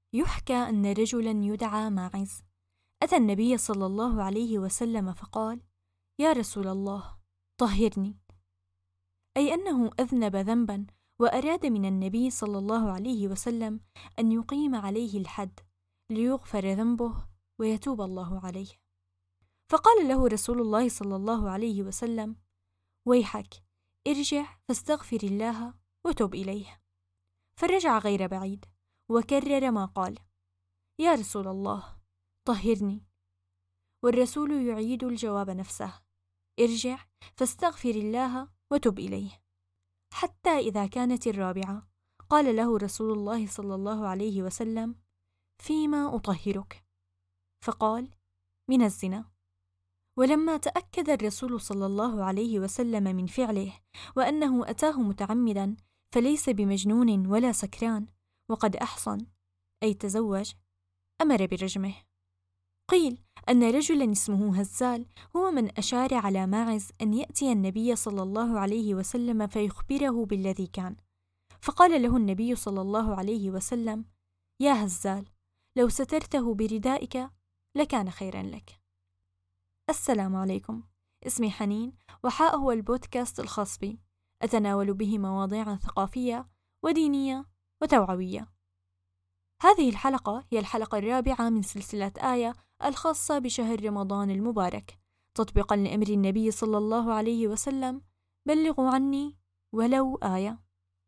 يحكى أن رجلا يدعى ماعز أتى النبي صلى الله عليه وسلم فقال: يا رسول الله، طهرني. أي أنه أذنب ذنبا وأراد من النبي صلى الله عليه وسلم أن يقيم عليه الحد ليغفر ذنبه ويتوب الله عليه. فقال له رسول الله صلى الله عليه وسلم: ويحك، ارجع فاستغفر الله وتوب إليه. فرجع غير بعيد وكرر ما قال: يا رسول الله، طهرني. والرسول يعيد الجواب نفسه: ارجع فاستغفر الله وتب إليه. حتى إذا كانت الرابعة قال له رسول الله صلى الله عليه وسلم: فيما أطهرك؟ فقال: من الزنا. ولما تأكد الرسول صلى الله عليه وسلم من فعله وأنه أتاه متعمدا فليس بمجنون ولا سكران وقد أحصن أي تزوج، أمر برجمه. قيل أن رجلا اسمه هزال هو من أشار على ماعز أن يأتي النبي صلى الله عليه وسلم فيخبره بالذي كان، فقال له النبي صلى الله عليه وسلم: يا هزال، لو سترته بردائك لكان خيرا لك. السلام عليكم، اسمي حنين، وحاء هو البودكاست الخاص بي، أتناول به مواضيع ثقافية ودينية وتوعوية. هذه الحلقة هي الحلقة الرابعة من سلسلة آية الخاصة بشهر رمضان المبارك، تطبيقا لأمر النبي صلى الله عليه وسلم: بلغوا عني ولو آية.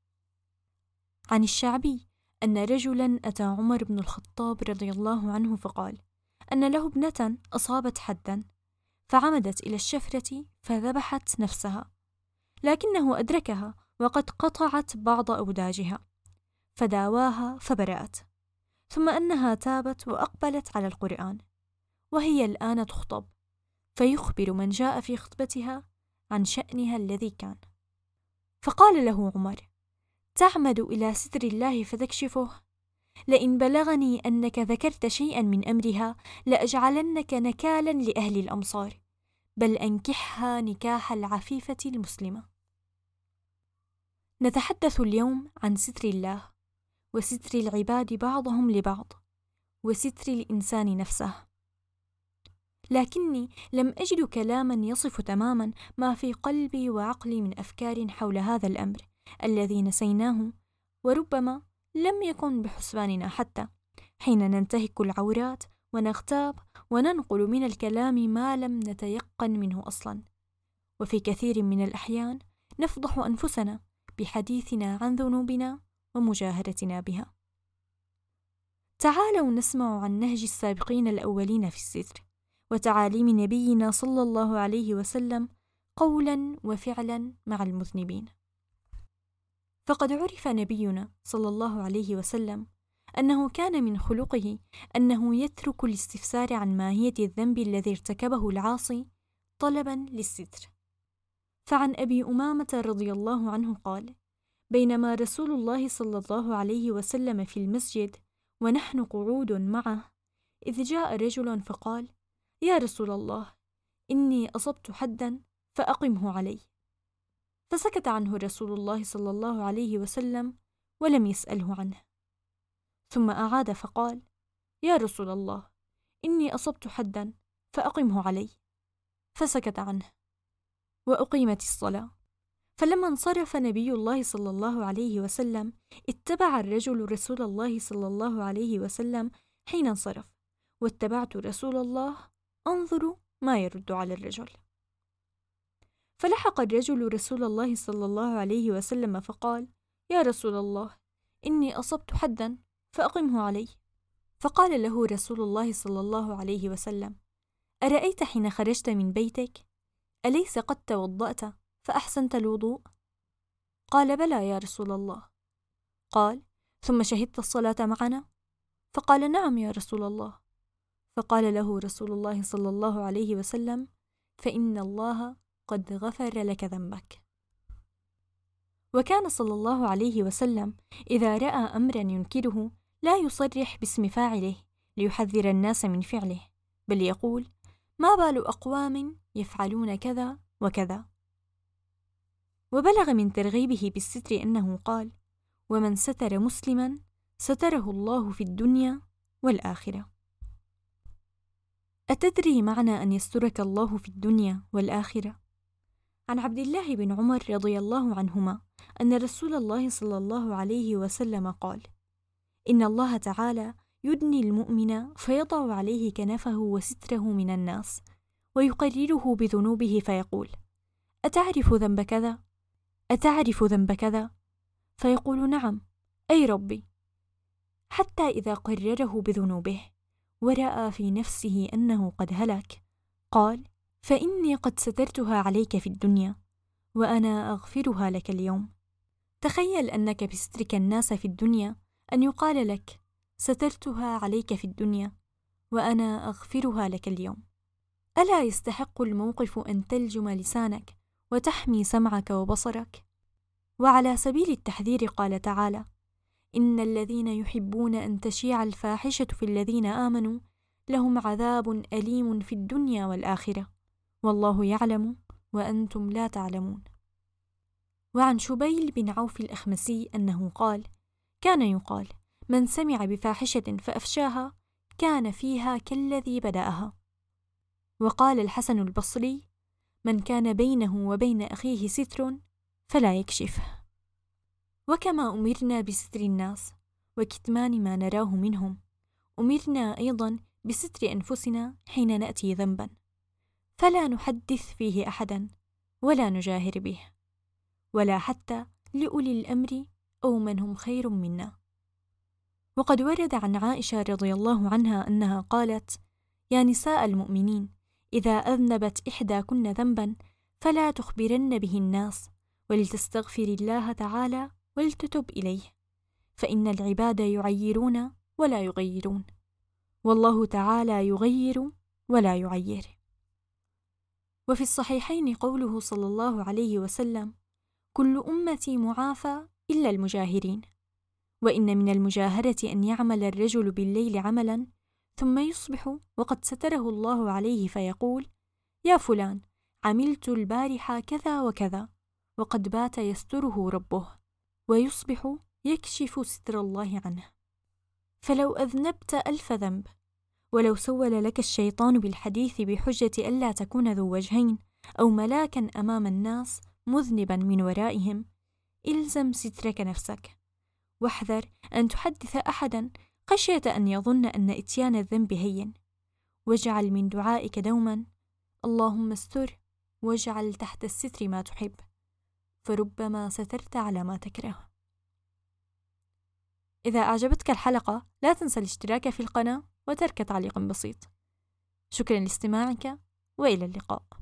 عن الشعبي أن رجلا أتى عمر بن الخطاب رضي الله عنه فقال أن له ابنة أصابت حدا، فعمدت إلى الشفرة فذبحت نفسها، لكنه أدركها وقد قطعت بعض أوداجها، فداواها فبرأت، ثم أنها تابت وأقبلت على القرآن، وهي الآن تخطب، فيخبر من جاء في خطبتها عن شأنها الذي كان. فقال له عمر: تعمد إلى ستر الله فتكشفه؟ لئن بلغني أنك ذكرت شيئا من أمرها لأجعلنك نكالا لأهل الأمصار، بل أنكحها نكاح العفيفة المسلمة. نتحدث اليوم عن ستر الله، وستر العباد بعضهم لبعض، وستر الإنسان نفسه. لكني لم أجد كلاما يصف تماما ما في قلبي وعقلي من أفكار حول هذا الأمر الذي نسيناه، وربما لم يكن بحسباننا حتى حين ننتهك العورات ونغتاب وننقل من الكلام ما لم نتيقن منه أصلا، وفي كثير من الأحيان نفضح أنفسنا بحديثنا عن ذنوبنا ومجاهرتنا بها. تعالوا نسمع عن نهج السابقين الأولين في الستر وتعاليم نبينا صلى الله عليه وسلم قولا وفعلا مع المذنبين. فقد عرف نبينا صلى الله عليه وسلم أنه كان من خلقه أنه يترك الاستفسار عن ماهية الذنب الذي ارتكبه العاصي طلبا للستر. فعن أبي أمامة رضي الله عنه قال: بينما رسول الله صلى الله عليه وسلم في المسجد ونحن قعود معه، إذ جاء رجل فقال: يا رسول الله، إني أصبت حدا فأقمه علي. فسكت عنه رسول الله صلى الله عليه وسلم ولم يسأله عنه، ثم أعاد فقال: يا رسول الله، إني أصبت حدا فأقمه علي. فسكت عنه وأقيمت الصلاة. فلما انصرف نبي الله صلى الله عليه وسلم اتبع الرجل رسول الله صلى الله عليه وسلم حين انصرف، واتبعت رسول الله أنظر ما يرد على الرجل. فلحق الرجل رسول الله صلى الله عليه وسلم فقال: يا رسول الله، إني أصبت حدا فأقمه علي. فقال له رسول الله صلى الله عليه وسلم: أرأيت حين خرجت من بيتك أليس قد توضأت فأحسنت الوضوء؟ قال: بلى يا رسول الله. قال: ثم شهدت الصلاة معنا؟ فقال: نعم يا رسول الله. فقال له رسول الله صلى الله عليه وسلم: فإن الله قد غفر لك ذنبك. وكان صلى الله عليه وسلم إذا رأى أمرا ينكره لا يصرح باسم فاعله ليحذر الناس من فعله، بل يقول: ما بال أقوام يفعلون كذا وكذا. وبلغ من ترغيبه بالستر أنه قال: ومن ستر مسلما ستره الله في الدنيا والآخرة. أتدري معنى أن يسترك الله في الدنيا والآخرة؟ عن عبد الله بن عمر رضي الله عنهما أن رسول الله صلى الله عليه وسلم قال: إن الله تعالى يدني المؤمن فيضع عليه كنفه وستره من الناس، ويقرره بذنوبه فيقول: أتعرف ذنب كذا؟ أتعرف ذنب كذا؟ فيقول: نعم أي ربي. حتى إذا قرره بذنوبه ورأى في نفسه أنه قد هلك قال: فإني قد سترتها عليك في الدنيا وأنا أغفرها لك اليوم. تخيل أنك بسترك الناس في الدنيا أن يقال لك: سترتها عليك في الدنيا وأنا أغفرها لك اليوم. ألا يستحق الموقف أن تلجم لسانك وتحمي سمعك وبصرك؟ وعلى سبيل التحذير قال تعالى: إن الذين يحبون أن تشيع الفاحشة في الذين آمنوا لهم عذاب أليم في الدنيا والآخرة والله يعلم وأنتم لا تعلمون. وعن شبيل بن عوف الأخمسي أنه قال: كان يقال: من سمع بفاحشة فأفشاها كان فيها كالذي بدأها. وقال الحسن البصري: من كان بينه وبين أخيه ستر فلا يكشفه. وكما أمرنا بستر الناس وكتمان ما نراه منهم، أمرنا أيضا بستر أنفسنا حين نأتي ذنبا، فلا نحدث فيه أحدا ولا نجاهر به، ولا حتى لأولي الأمر أو من هم خير منا. وقد ورد عن عائشة رضي الله عنها أنها قالت: يا نساء المؤمنين، إذا أذنبت إحداكن ذنبا فلا تخبرن به الناس، ولتستغفر الله تعالى ولتتب إليه، فإن العباد يعيرون ولا يغيرون، والله تعالى يغير ولا يعير. وفي الصحيحين قوله صلى الله عليه وسلم: كل أمتي معافى إلا المجاهرين. وإن من المجاهرة أن يعمل الرجل بالليل عملا ثم يصبح وقد ستره الله عليه فيقول: يا فلان، عملت البارحة كذا وكذا، وقد بات يستره ربه، ويصبح يكشف ستر الله عنه. فلو أذنبت 1000 ذنب، ولو سول لك الشيطان بالحديث بحجة ألا تكون ذو وجهين أو ملاكا أمام الناس مذنبا من ورائهم، إلزم سترك نفسك، واحذر أن تحدث أحدا خشية أن يظن أن إتيان الذنب هين، واجعل من دعائك دوما: اللهم استر واجعل تحت الستر ما تحب، فربما سترت على ما تكره. إذا أعجبتك الحلقة لا تنسى الاشتراك في القناة وترك تعليق بسيط. شكرا لاستماعك وإلى اللقاء.